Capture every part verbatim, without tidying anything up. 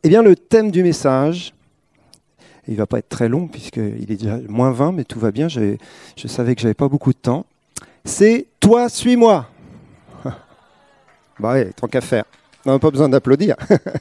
Eh bien, le thème du message, il ne va pas être très long puisqu'il est déjà moins vingt, mais tout va bien, je savais que je n'avais pas beaucoup de temps. C'est « Toi, suis-moi ». Bah ouais, tant qu'à faire. On n'a pas besoin d'applaudir.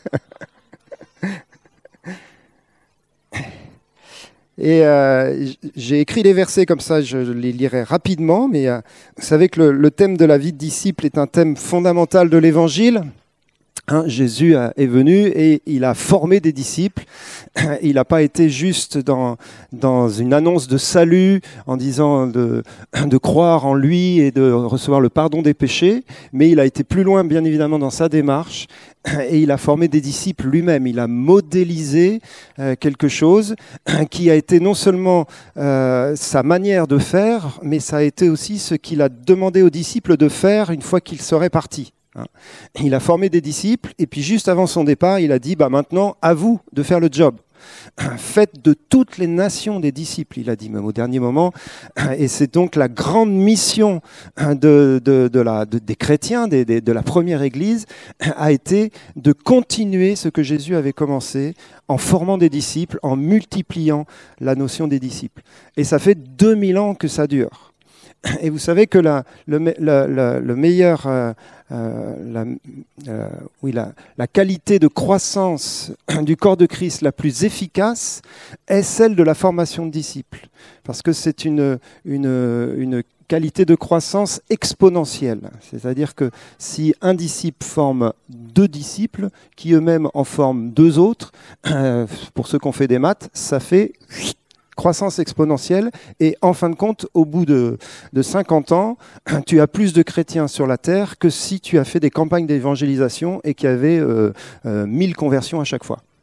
Et euh, j'ai écrit les versets comme ça, je les lirai rapidement, mais euh, vous savez que le, le thème de la vie de disciple est un thème fondamental de l'Évangile. Hein, Jésus a, est venu et il a formé des disciples. Il n'a pas été juste dans, dans une annonce de salut en disant de, de croire en lui et de recevoir le pardon des péchés, mais il a été plus loin bien évidemment dans sa démarche et il a formé des disciples lui-même. Il a modélisé euh, quelque chose qui a été non seulement euh, sa manière de faire, mais ça a été aussi ce qu'il a demandé aux disciples de faire une fois qu'ils seraient partis. Il a formé des disciples et puis juste avant son départ, il a dit bah, « maintenant, à vous de faire le job. Faites de toutes les nations des disciples », il a dit même au dernier moment. Et c'est donc la grande mission de, de, de la, de, des chrétiens, des, des, de la première Église, a été de continuer ce que Jésus avait commencé en formant des disciples, en multipliant la notion des disciples. Et ça fait deux mille ans que ça dure. Et vous savez que la, le, le, le, le meilleur, euh, euh, la, euh, oui, la, la qualité de croissance du corps de Christ la plus efficace est celle de la formation de disciples. Parce que c'est une, une, une qualité de croissance exponentielle. C'est-à-dire que si un disciple forme deux disciples, qui eux-mêmes en forment deux autres, euh, pour ceux qui ont fait des maths, ça fait croissance exponentielle, et en fin de compte, au bout de, de cinquante ans, tu as plus de chrétiens sur la terre que si tu as fait des campagnes d'évangélisation et qu'il y avait euh, euh, mille conversions à chaque fois.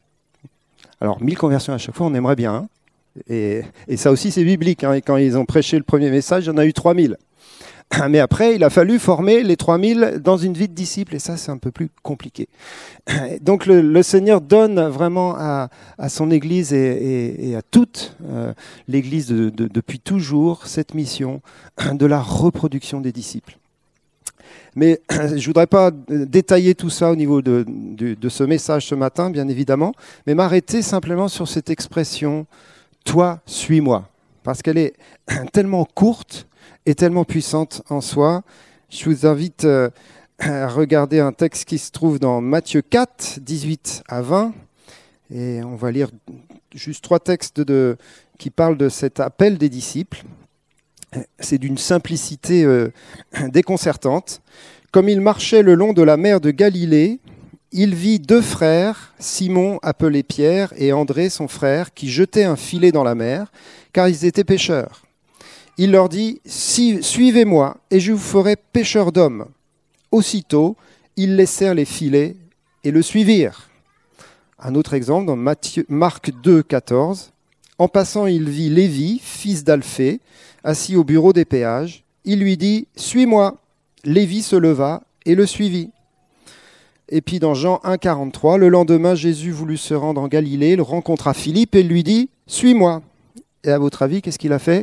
Alors, mille conversions à chaque fois, on aimerait bien. Hein, et, et ça aussi, c'est biblique. Hein, et quand ils ont prêché le premier message, il y en a eu trois mille. Mais après, il a fallu former les trois mille dans une vie de disciple, et ça, c'est un peu plus compliqué. Donc, le, le Seigneur donne vraiment à, à son Église et, et, et à toute euh, l'Église de, de, depuis toujours cette mission de la reproduction des disciples. Mais je ne voudrais pas détailler tout ça au niveau de, de, de ce message ce matin, bien évidemment, mais m'arrêter simplement sur cette expression « Toi, suis-moi », parce qu'elle est tellement courte est tellement puissante en soi. Je vous invite euh, à regarder un texte qui se trouve dans Matthieu quatre, dix-huit à vingt. Et on va lire juste trois textes de, qui parlent de cet appel des disciples. C'est d'une simplicité euh, déconcertante. Comme il marchait le long de la mer de Galilée, il vit deux frères, Simon appelé Pierre et André son frère, qui jetaient un filet dans la mer, car ils étaient pêcheurs. Il leur dit « Suivez-moi, et je vous ferai pêcheurs d'hommes. » Aussitôt, ils laissèrent les filets et le suivirent. Un autre exemple, dans Matthieu, Marc deux, quatorze. En passant, il vit Lévi, fils d'Alphée, assis au bureau des péages. Il lui dit « Suis-moi ». Lévi se leva et le suivit. Et puis dans Jean un, quarante-trois, le lendemain, Jésus voulut se rendre en Galilée, il rencontra Philippe et lui dit « Suis-moi ». Et à votre avis, qu'est-ce qu'il a fait ?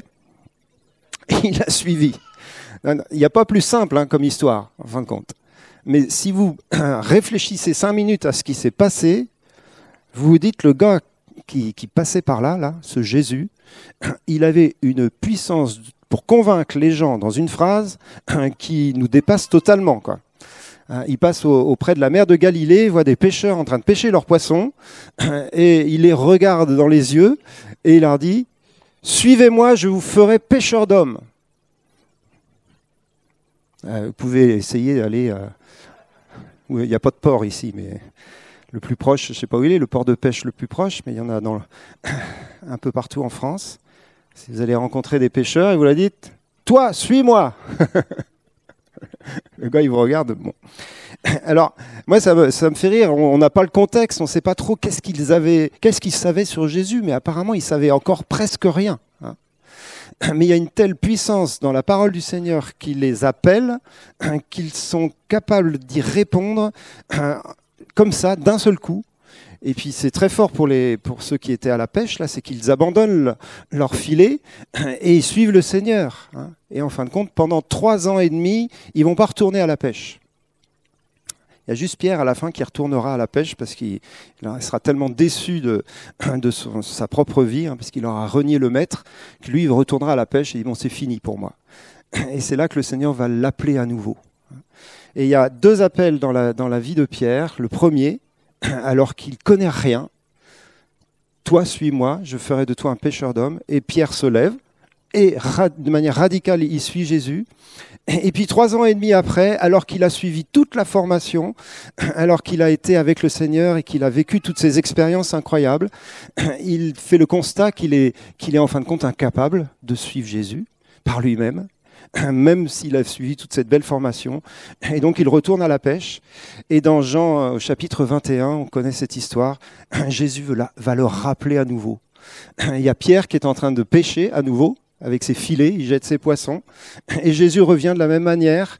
Il a suivi. Il n'y a pas plus simple hein, comme histoire, en fin de compte. Mais si vous réfléchissez cinq minutes à ce qui s'est passé, vous vous dites, le gars qui, qui passait par là, là, ce Jésus, il avait une puissance pour convaincre les gens dans une phrase qui nous dépasse totalement, quoi. Il passe au, auprès de la mer de Galilée, il voit des pêcheurs en train de pêcher leurs poissons, et il les regarde dans les yeux, et il leur dit « Suivez-moi, je vous ferai pêcheurs d'hommes. » euh, Vous pouvez essayer d'aller... Euh, il n'y a pas de port ici, mais le plus proche, je ne sais pas où il est, le port de pêche le plus proche, mais il y en a dans le, un peu partout en France. Si vous allez rencontrer des pêcheurs et vous leur dites « Toi, suis-moi !» Le gars, il vous regarde. Bon. Alors, moi, ça me, ça me fait rire. On n'a pas le contexte. On ne sait pas trop qu'est-ce qu'ils avaient, qu'est-ce qu'ils savaient sur Jésus, mais apparemment, ils savaient encore presque rien. Hein. Mais il y a une telle puissance dans la parole du Seigneur qui les appelle, qu'ils sont capables d'y répondre comme ça, d'un seul coup. Et puis c'est très fort pour, les, pour ceux qui étaient à la pêche, là, c'est qu'ils abandonnent le, leur filet et ils suivent le Seigneur. Hein. Et en fin de compte, pendant trois ans et demi, ils ne vont pas retourner à la pêche. Il Il y a juste Pierre à la fin qui retournera à la pêche parce qu'il il sera tellement déçu de, de son, sa propre vie, hein, parce qu'il aura renié le maître, que lui, il retournera à la pêche et il dit « bon, c'est fini pour moi ». Et c'est là que le Seigneur va l'appeler à nouveau. Et il y a deux appels dans la, dans la vie de Pierre. Le premier, alors qu'il ne connaît rien, « Toi, suis-moi, je ferai de toi un pêcheur d'hommes ». Et Pierre se lève et de manière radicale, il suit Jésus. Et puis trois ans et demi après, alors qu'il a suivi toute la formation, alors qu'il a été avec le Seigneur et qu'il a vécu toutes ces expériences incroyables, il fait le constat qu'il est, qu'il est en fin de compte incapable de suivre Jésus par lui-même, même s'il a suivi toute cette belle formation. Et donc il retourne à la pêche. Et dans Jean au chapitre vingt et un, on connaît cette histoire, Jésus va le rappeler à nouveau. Il y a Pierre qui est en train de pêcher à nouveau, avec ses filets, il jette ses poissons. Et Jésus revient de la même manière.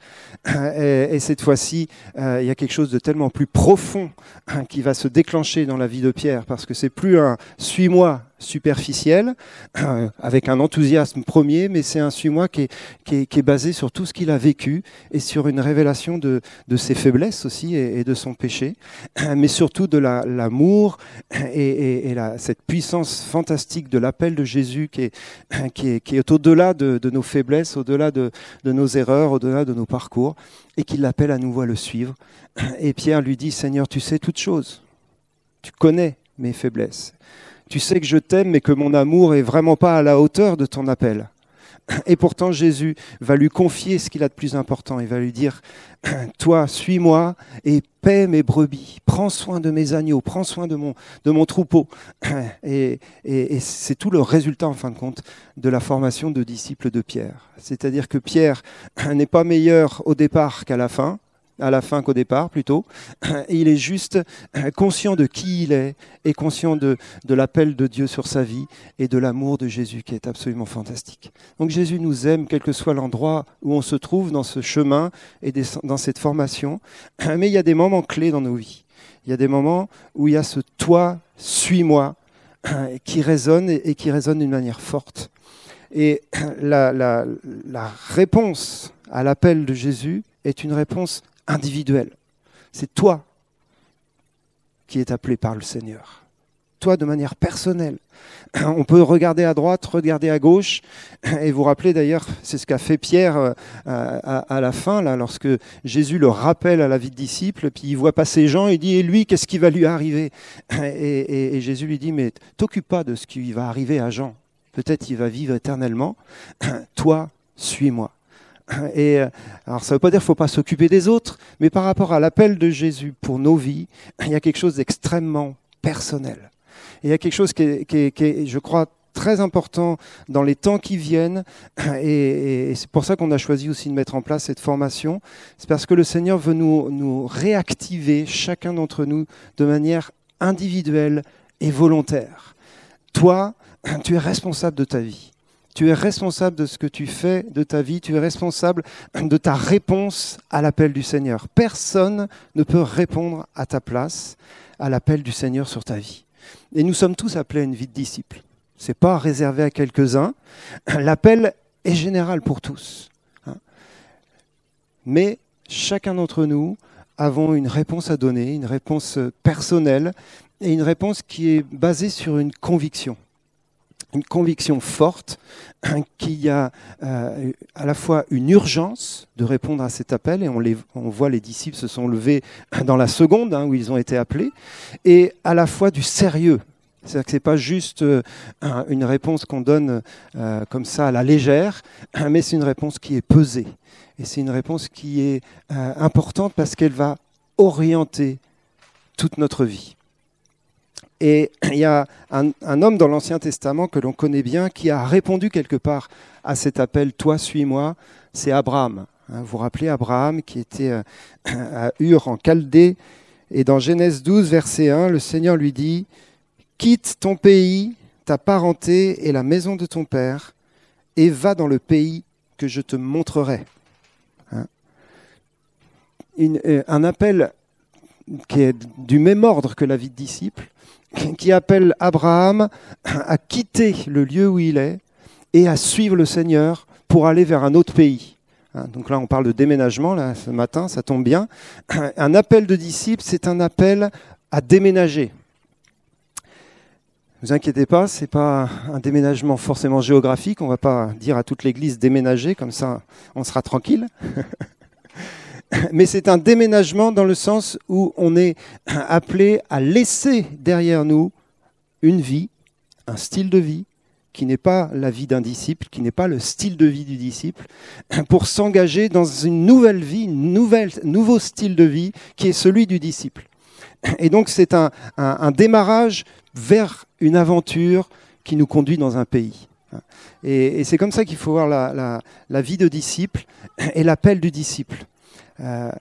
Et, et cette fois-ci, euh, il y a quelque chose de tellement plus profond hein, qui va se déclencher dans la vie de Pierre, parce que c'est plus un « suis-moi » superficiel, euh, avec un enthousiasme premier, mais c'est un « suis-moi » qui est, qui, est, qui est basé sur tout ce qu'il a vécu et sur une révélation de, de ses faiblesses aussi et, et de son péché, mais surtout de la, l'amour et, et, et la, cette puissance fantastique de l'appel de Jésus qui est, qui est, qui est au-delà de, de nos faiblesses, au-delà de, de nos erreurs, au-delà de nos parcours, et qui l'appelle à nouveau à le suivre. Et Pierre lui dit « Seigneur, tu sais toutes choses, tu connais mes faiblesses. Tu sais que je t'aime, mais que mon amour est vraiment pas à la hauteur de ton appel. » Et pourtant, Jésus va lui confier ce qu'il a de plus important. Il va lui dire « Toi, suis-moi et paie mes brebis. Prends soin de mes agneaux, prends soin de mon, de mon troupeau. » Et, et, et c'est tout le résultat, en fin de compte, de la formation de disciples de Pierre. C'est-à-dire que Pierre n'est pas meilleur au départ qu'à la fin, à la fin qu'au départ plutôt. Il est juste conscient de qui il est et conscient de, de l'appel de Dieu sur sa vie et de l'amour de Jésus qui est absolument fantastique. Donc Jésus nous aime quel que soit l'endroit où on se trouve dans ce chemin et des, dans cette formation. Mais il y a des moments clés dans nos vies. Il y a des moments où il y a ce « toi, suis-moi » qui résonne et qui résonne d'une manière forte. Et la, la, la réponse à l'appel de Jésus est une réponse individuelle. C'est toi qui es appelé par le Seigneur. Toi de manière personnelle. On peut regarder à droite, regarder à gauche, et vous rappelez d'ailleurs, c'est ce qu'a fait Pierre à, à, à la fin, là, lorsque Jésus le rappelle à la vie de disciple, puis il voit passer Jean, il dit « Et lui, qu'est-ce qui va lui arriver ?» et, et, et Jésus lui dit « Mais t'occupe pas de ce qui va arriver à Jean. Peut-être il va vivre éternellement. Toi, suis-moi. » Et alors ça ne veut pas dire qu'il ne faut pas s'occuper des autres, mais par rapport à l'appel de Jésus pour nos vies, il y a quelque chose d'extrêmement personnel. Et il y a quelque chose qui est, qui est, qui est, je crois, très important dans les temps qui viennent, et, et c'est pour ça qu'on a choisi aussi de mettre en place cette formation. C'est parce que le Seigneur veut nous, nous réactiver, chacun d'entre nous, de manière individuelle et volontaire. Toi, tu es responsable de ta vie. Tu es responsable de ce que tu fais de ta vie, tu es responsable de ta réponse à l'appel du Seigneur. Personne ne peut répondre à ta place, à l'appel du Seigneur sur ta vie. Et nous sommes tous appelés à une vie de disciple. Ce n'est pas réservé à quelques-uns. L'appel est général pour tous. Mais chacun d'entre nous avons une réponse à donner, une réponse personnelle, et une réponse qui est basée sur une conviction. Une conviction forte qu'il y a euh, à la fois une urgence de répondre à cet appel, et on, les, on voit les disciples se sont levés dans la seconde hein, où ils ont été appelés, et à la fois du sérieux. C'est-à-dire que ce n'est pas juste euh, une réponse qu'on donne euh, comme ça à la légère, mais c'est une réponse qui est pesée. Et c'est une réponse qui est euh, importante parce qu'elle va orienter toute notre vie. Et il y a un, un homme dans l'Ancien Testament que l'on connaît bien qui a répondu quelque part à cet appel « Toi, suis-moi », c'est Abraham. Vous vous rappelez Abraham qui était à Ur en Chaldée. Et dans Genèse douze, verset un, le Seigneur lui dit « Quitte ton pays, ta parenté et la maison de ton père, et va dans le pays que je te montrerai. Hein » Une, Un appel qui est du même ordre que la vie de disciple, qui appelle Abraham à quitter le lieu où il est et à suivre le Seigneur pour aller vers un autre pays. Hein, donc là, on parle de déménagement, là, ce matin, ça tombe bien. Un appel de disciple, c'est un appel à déménager. Ne vous inquiétez pas, ce n'est pas un déménagement forcément géographique. On ne va pas dire à toute l'Église déménager, comme ça on sera tranquille. Mais c'est un déménagement dans le sens où on est appelé à laisser derrière nous une vie, un style de vie, qui n'est pas la vie d'un disciple, qui n'est pas le style de vie du disciple, pour s'engager dans une nouvelle vie, un nouvelle, nouveau style de vie qui est celui du disciple. Et donc c'est un, un, un démarrage vers une aventure qui nous conduit dans un pays. Et, et c'est comme ça qu'il faut voir la, la, la vie de disciple et l'appel du disciple. Euh,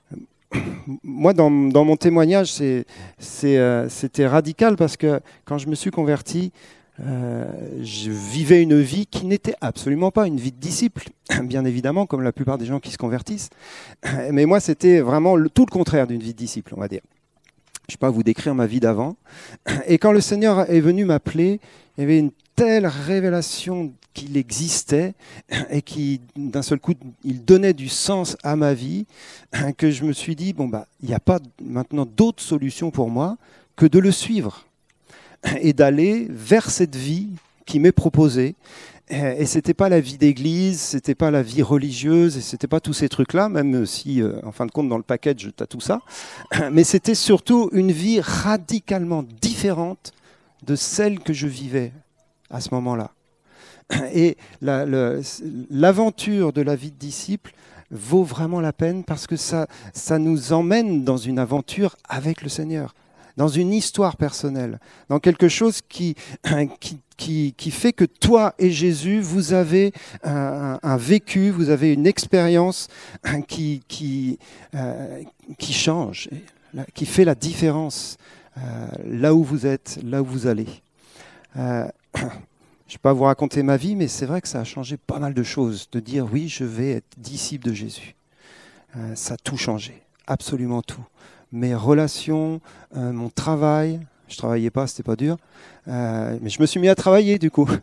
moi, dans, dans mon témoignage, c'est, c'est, euh, c'était radical parce que quand je me suis converti, euh, je vivais une vie qui n'était absolument pas une vie de disciple, bien évidemment, comme la plupart des gens qui se convertissent. Mais moi, c'était vraiment le, tout le contraire d'une vie de disciple, on va dire. Je ne vais pas vous décrire ma vie d'avant. Et quand le Seigneur est venu m'appeler, il y avait une telle révélation qu'il existait et qui, d'un seul coup, il donnait du sens à ma vie, que je me suis dit, bon, bah, il n'y a pas maintenant d'autre solution pour moi que de le suivre et d'aller vers cette vie qui m'est proposée. Et ce n'était pas la vie d'église, ce n'était pas la vie religieuse, et ce n'était pas tous ces trucs-là, même si, euh, en fin de compte, dans le package, tu as tout ça. Mais c'était surtout une vie radicalement différente de celle que je vivais à ce moment-là. Et la, le, l'aventure de la vie de disciple vaut vraiment la peine parce que ça, ça nous emmène dans une aventure avec le Seigneur, dans une histoire personnelle, dans quelque chose qui, qui, qui, qui fait que toi et Jésus, vous avez un, un vécu, vous avez une expérience qui, qui, euh, qui change, qui fait la différence euh, là où vous êtes, là où vous allez. Euh, je ne vais pas vous raconter ma vie, mais c'est vrai que ça a changé pas mal de choses, de dire oui, je vais être disciple de Jésus. Euh, ça a tout changé, absolument tout. Mes relations, euh, mon travail, je ne travaillais pas, c'était pas dur, euh, mais je me suis mis à travailler du coup.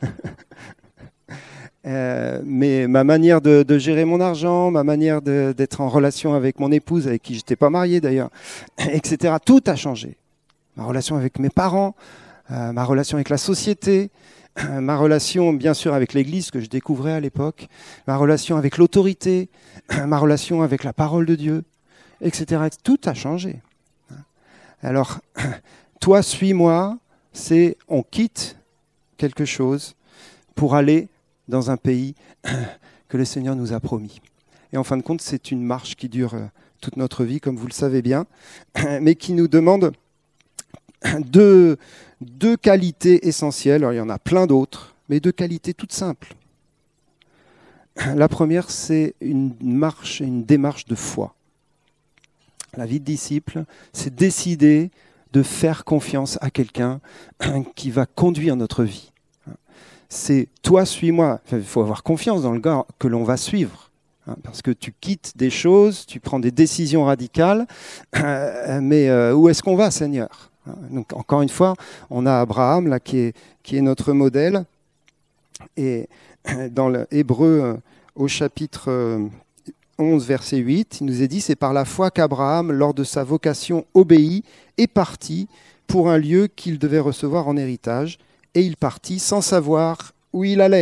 euh, mais ma manière de, de gérer mon argent, ma manière de, d'être en relation avec mon épouse, avec qui je n'étais pas marié d'ailleurs, et cetera, tout a changé. Ma relation avec mes parents, euh, ma relation avec la société, euh, ma relation bien sûr avec l'Église que je découvrais à l'époque, ma relation avec l'autorité, euh, ma relation avec la parole de Dieu, et cetera. Tout a changé. Alors, toi, suis-moi, c'est on quitte quelque chose pour aller dans un pays que le Seigneur nous a promis. Et en fin de compte, c'est une marche qui dure toute notre vie, comme vous le savez bien, mais qui nous demande deux, deux qualités essentielles. Alors, il y en a plein d'autres, mais deux qualités toutes simples. La première, c'est une marche, une démarche de foi. La vie de disciple, c'est décider de faire confiance à quelqu'un qui va conduire notre vie. C'est toi, suis-moi. Il faut avoir confiance dans le gars que l'on va suivre. Parce que tu quittes des choses, tu prends des décisions radicales, mais où est-ce qu'on va, Seigneur ? Donc, encore une fois, on a Abraham là, qui est, qui est notre modèle. Et dans l'Hébreu, au chapitre onze, verset huit, il nous est dit « C'est par la foi qu'Abraham, lors de sa vocation, obéit et partit pour un lieu qu'il devait recevoir en héritage. Et il partit sans savoir où il allait. »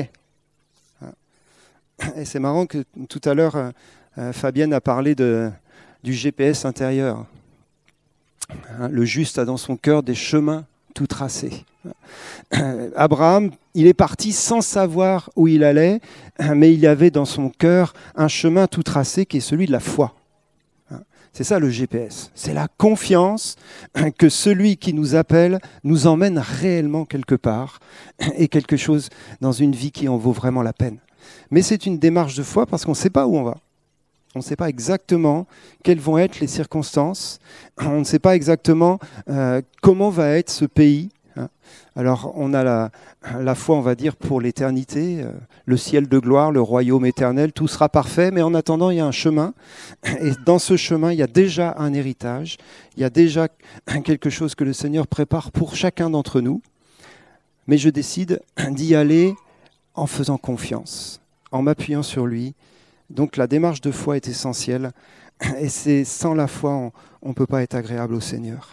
Et c'est marrant que tout à l'heure, euh, Fabienne a parlé de, du G P S intérieur. Hein, le juste a dans son cœur des chemins tout tracés. Abraham, il est parti sans savoir où il allait, mais il y avait dans son cœur un chemin tout tracé qui est celui de la foi. C'est ça le G P S. C'est la confiance que celui qui nous appelle nous emmène réellement quelque part et quelque chose dans une vie qui en vaut vraiment la peine. Mais c'est une démarche de foi parce qu'on ne sait pas où on va. On ne sait pas exactement quelles vont être les circonstances. On ne sait pas exactement euh, comment va être ce pays. Alors, on a la, la foi, on va dire, pour l'éternité, euh, le ciel de gloire, le royaume éternel, tout sera parfait, mais en attendant, il y a un chemin. Et dans ce chemin, il y a déjà un héritage, il y a déjà quelque chose que le Seigneur prépare pour chacun d'entre nous. Mais je décide d'y aller en faisant confiance, en m'appuyant sur lui, Donc la démarche de foi est essentielle. Et c'est sans la foi, on ne peut pas être agréable au Seigneur.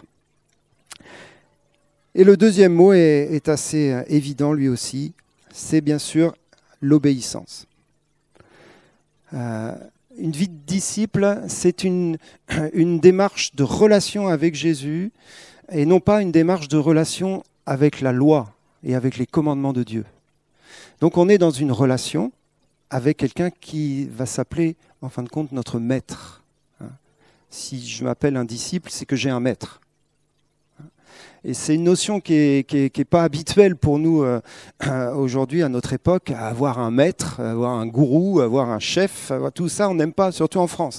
Et le deuxième mot est, est assez évident lui aussi, c'est bien sûr l'obéissance. Euh, une vie de disciple, c'est une, une démarche de relation avec Jésus et non pas une démarche de relation avec la loi et avec les commandements de Dieu. Donc on est dans une relation avec quelqu'un qui va s'appeler, en fin de compte, notre maître. Si je m'appelle un disciple, c'est que j'ai un maître. Et c'est une notion qui n'est qui est, qui est pas habituelle pour nous euh, aujourd'hui, à notre époque, à avoir un maître, à avoir un gourou, à avoir un chef, avoir tout ça, on n'aime pas, surtout en France.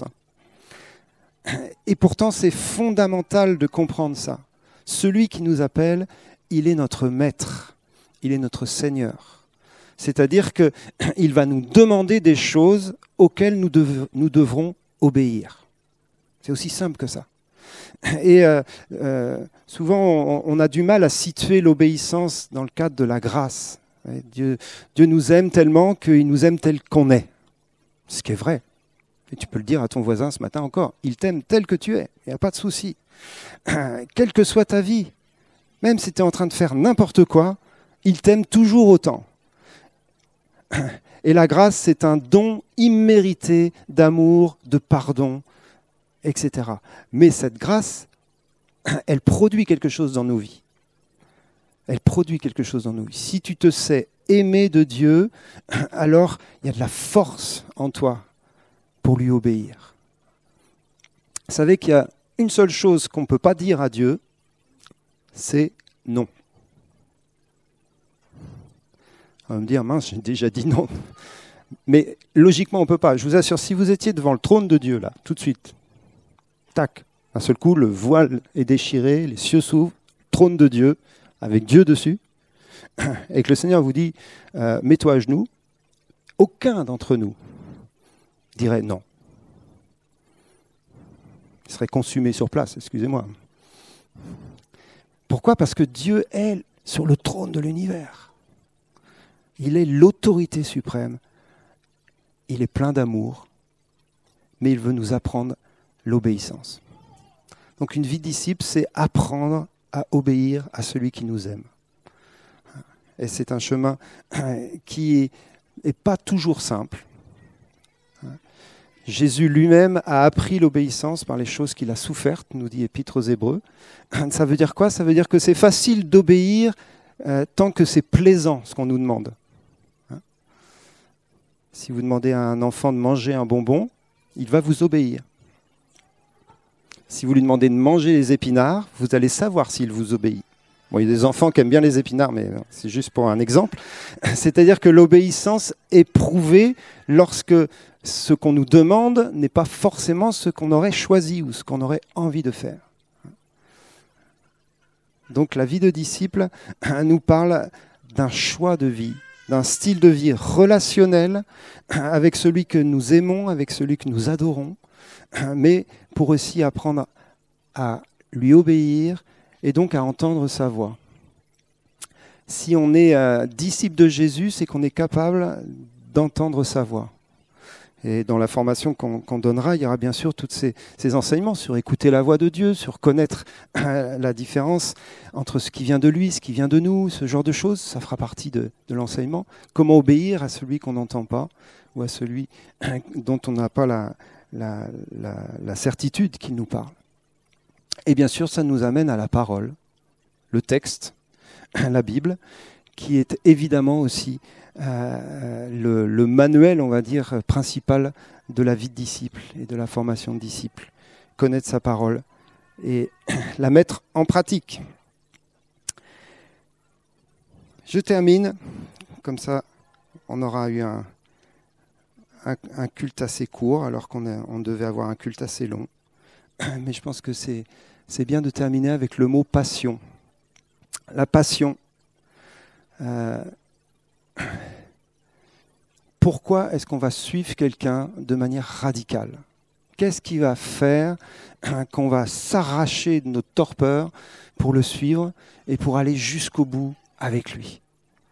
Et pourtant, c'est fondamental de comprendre ça. Celui qui nous appelle, il est notre maître, il est notre Seigneur. C'est-à-dire qu'il va nous demander des choses auxquelles nous, dev- nous devrons obéir. C'est aussi simple que ça. Et euh, euh, souvent, on, on a du mal à situer l'obéissance dans le cadre de la grâce. Et Dieu, Dieu nous aime tellement qu'il nous aime tel qu'on est. Ce qui est vrai. Et tu peux le dire à ton voisin ce matin encore. Il t'aime tel que tu es. Il n'y a pas de souci. Quelle que soit ta vie, même si tu es en train de faire n'importe quoi, il t'aime toujours autant. Et la grâce, c'est un don immérité d'amour, de pardon, et cetera. Mais cette grâce, elle produit quelque chose dans nos vies. Elle produit quelque chose dans nos vies. Si tu te sais aimé de Dieu, alors il y a de la force en toi pour lui obéir. Vous savez qu'il y a une seule chose qu'on ne peut pas dire à Dieu, c'est non. On va me dire, mince, j'ai déjà dit non. Mais logiquement, on ne peut pas. Je vous assure, si vous étiez devant le trône de Dieu, là, tout de suite, tac, d'un seul coup, le voile est déchiré, les cieux s'ouvrent, trône de Dieu, avec Dieu dessus, et que le Seigneur vous dit, euh, mets-toi à genoux, aucun d'entre nous dirait non. Il serait consumé sur place, excusez-moi. Pourquoi ? Parce que Dieu est sur le trône de l'univers. Il est l'autorité suprême. Il est plein d'amour, mais il veut nous apprendre l'obéissance. Donc une vie de disciple, c'est apprendre à obéir à celui qui nous aime. Et c'est un chemin qui n'est pas toujours simple. Jésus lui-même a appris l'obéissance par les choses qu'il a souffertes, nous dit Épître aux Hébreux. Ça veut dire quoi ? Ça veut dire que c'est facile d'obéir euh, tant que c'est plaisant ce qu'on nous demande. Hein ? Si vous demandez à un enfant de manger un bonbon, il va vous obéir. Si vous lui demandez de manger les épinards, vous allez savoir s'il vous obéit. Bon, il y a des enfants qui aiment bien les épinards, mais c'est juste pour un exemple. C'est-à-dire que l'obéissance est prouvée lorsque ce qu'on nous demande n'est pas forcément ce qu'on aurait choisi ou ce qu'on aurait envie de faire. Donc la vie de disciple nous parle d'un choix de vie, d'un style de vie relationnel avec celui que nous aimons, avec celui que nous adorons, mais pour aussi apprendre à lui obéir et donc à entendre sa voix. Si on est euh, disciple de Jésus, c'est qu'on est capable d'entendre sa voix. Et dans la formation qu'on, qu'on donnera, il y aura bien sûr tous ces, ces enseignements sur écouter la voix de Dieu, sur connaître euh, la différence entre ce qui vient de lui, ce qui vient de nous, ce genre de choses. Ça fera partie de, de l'enseignement. Comment obéir à celui qu'on n'entend pas ou à celui dont on n'a pas la, la, la, la certitude qu'il nous parle. Et bien sûr, ça nous amène à la parole, le texte, la Bible, qui est évidemment aussi euh, le, le manuel, on va dire, principal de la vie de disciple et de la formation de disciple. Connaître sa parole et la mettre en pratique. Je termine, comme ça on aura eu un, un, un culte assez court, alors qu'on a, on devait avoir un culte assez long. Mais je pense que c'est, c'est bien de terminer avec le mot passion. La passion. Euh, pourquoi est-ce qu'on va suivre quelqu'un de manière radicale ? Qu'est-ce qui va faire qu'on va s'arracher de notre torpeur pour le suivre et pour aller jusqu'au bout avec lui ?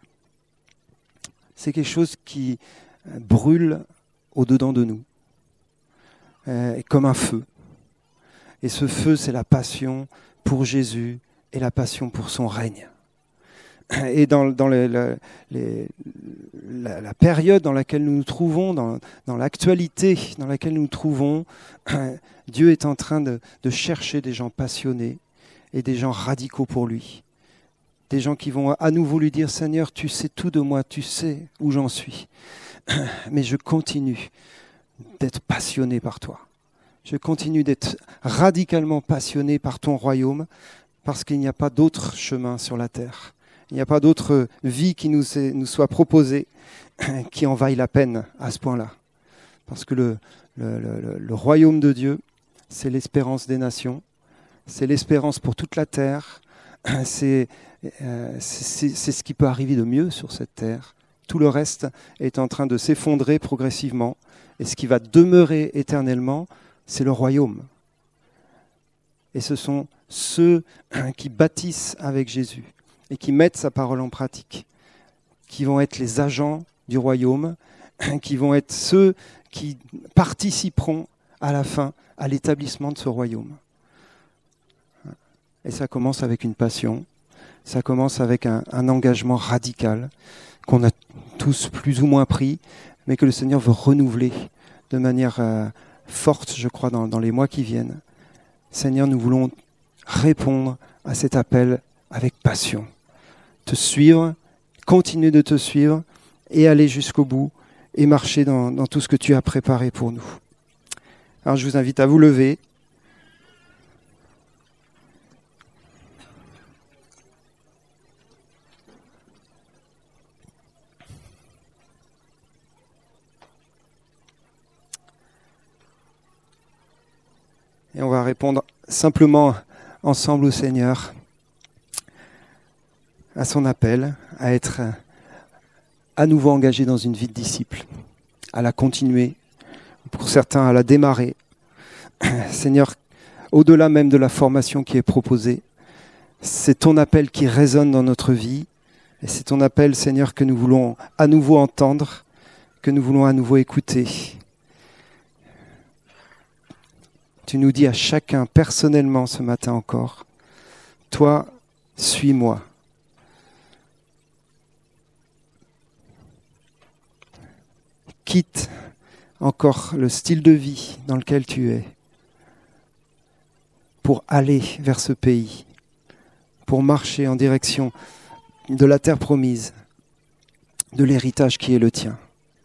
C'est quelque chose qui brûle au-dedans de nous, euh, comme un feu. Et ce feu, c'est la passion pour Jésus et la passion pour son règne. Et dans, dans les, les, la, la période dans laquelle nous nous trouvons, dans, dans l'actualité dans laquelle nous nous trouvons, Dieu est en train de, de chercher des gens passionnés et des gens radicaux pour lui. Des gens qui vont à nouveau lui dire « Seigneur, tu sais tout de moi, tu sais où j'en suis. Mais je continue d'être passionné par toi. Je continue d'être radicalement passionné par ton royaume parce qu'il n'y a pas d'autre chemin sur la terre. Il n'y a pas d'autre vie qui nous, est, nous soit proposée qui en vaille la peine à ce point-là. Parce que le, le, le, le royaume de Dieu, c'est l'espérance des nations, c'est l'espérance pour toute la terre, c'est, euh, c'est, c'est ce qui peut arriver de mieux sur cette terre. Tout le reste est en train de s'effondrer progressivement. Et ce qui va demeurer éternellement, c'est le royaume. Et ce sont ceux qui bâtissent avec Jésus et qui mettent sa parole en pratique, qui vont être les agents du royaume, qui vont être ceux qui participeront à la fin à l'établissement de ce royaume. Et ça commence avec une passion, ça commence avec un, un engagement radical qu'on a tous plus ou moins pris, mais que le Seigneur veut renouveler de manière euh, forte, je crois, dans, dans les mois qui viennent. Seigneur, nous voulons répondre à cet appel avec passion. Te suivre, continuer de te suivre et aller jusqu'au bout et marcher dans, dans tout ce que tu as préparé pour nous. Alors je vous invite à vous lever. Et on va répondre simplement ensemble au Seigneur, à son appel, à être à nouveau engagé dans une vie de disciple, à la continuer, pour certains à la démarrer. Seigneur, au-delà même de la formation qui est proposée, c'est ton appel qui résonne dans notre vie, et c'est ton appel, Seigneur, que nous voulons à nouveau entendre, que nous voulons à nouveau écouter. Tu nous dis à chacun personnellement ce matin encore, toi, suis-moi. Quitte encore le style de vie dans lequel tu es pour aller vers ce pays, pour marcher en direction de la terre promise, de l'héritage qui est le tien.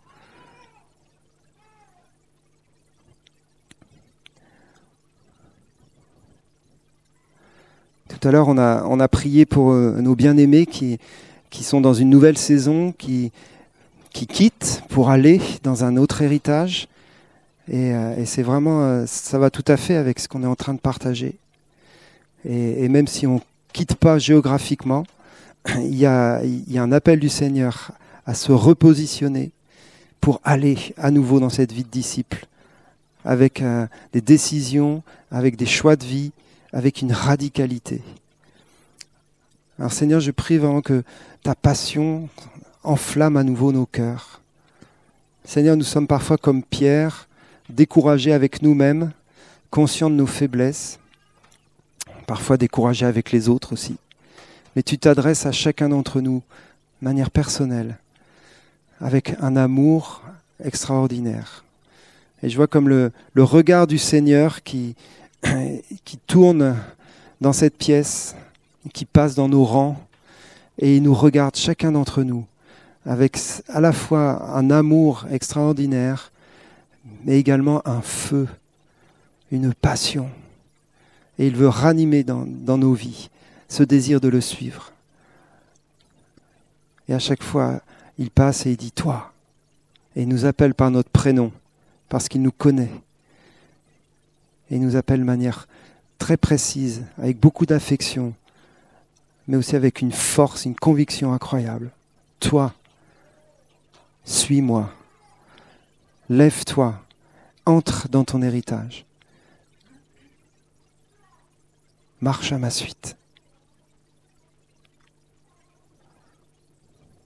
Tout à l'heure, on a, on a prié pour euh, nos bien-aimés qui, qui sont dans une nouvelle saison, qui, qui quittent pour aller dans un autre héritage. Et, euh, et c'est vraiment, euh, ça va tout à fait avec ce qu'on est en train de partager. Et, et même si on ne quitte pas géographiquement, il y a, il y a un appel du Seigneur à se repositionner pour aller à nouveau dans cette vie de disciple, avec euh, des décisions, avec des choix de vie, avec une radicalité. Alors Seigneur, je prie vraiment que ta passion enflamme à nouveau nos cœurs. Seigneur, nous sommes parfois comme Pierre, découragés avec nous-mêmes, conscients de nos faiblesses, parfois découragés avec les autres aussi. Mais tu t'adresses à chacun d'entre nous de manière personnelle, avec un amour extraordinaire. Et je vois comme le, le regard du Seigneur qui qui tourne dans cette pièce, qui passe dans nos rangs, et il nous regarde chacun d'entre nous avec à la fois un amour extraordinaire, mais également un feu, une passion. Et il veut ranimer dans, dans nos vies ce désir de le suivre. Et à chaque fois, il passe et il dit « toi ». Et il nous appelle par notre prénom, parce qu'il nous connaît. Et il nous appelle de manière très précise, avec beaucoup d'affection, mais aussi avec une force, une conviction incroyable. Toi, suis-moi. Lève-toi, entre dans ton héritage. Marche à ma suite.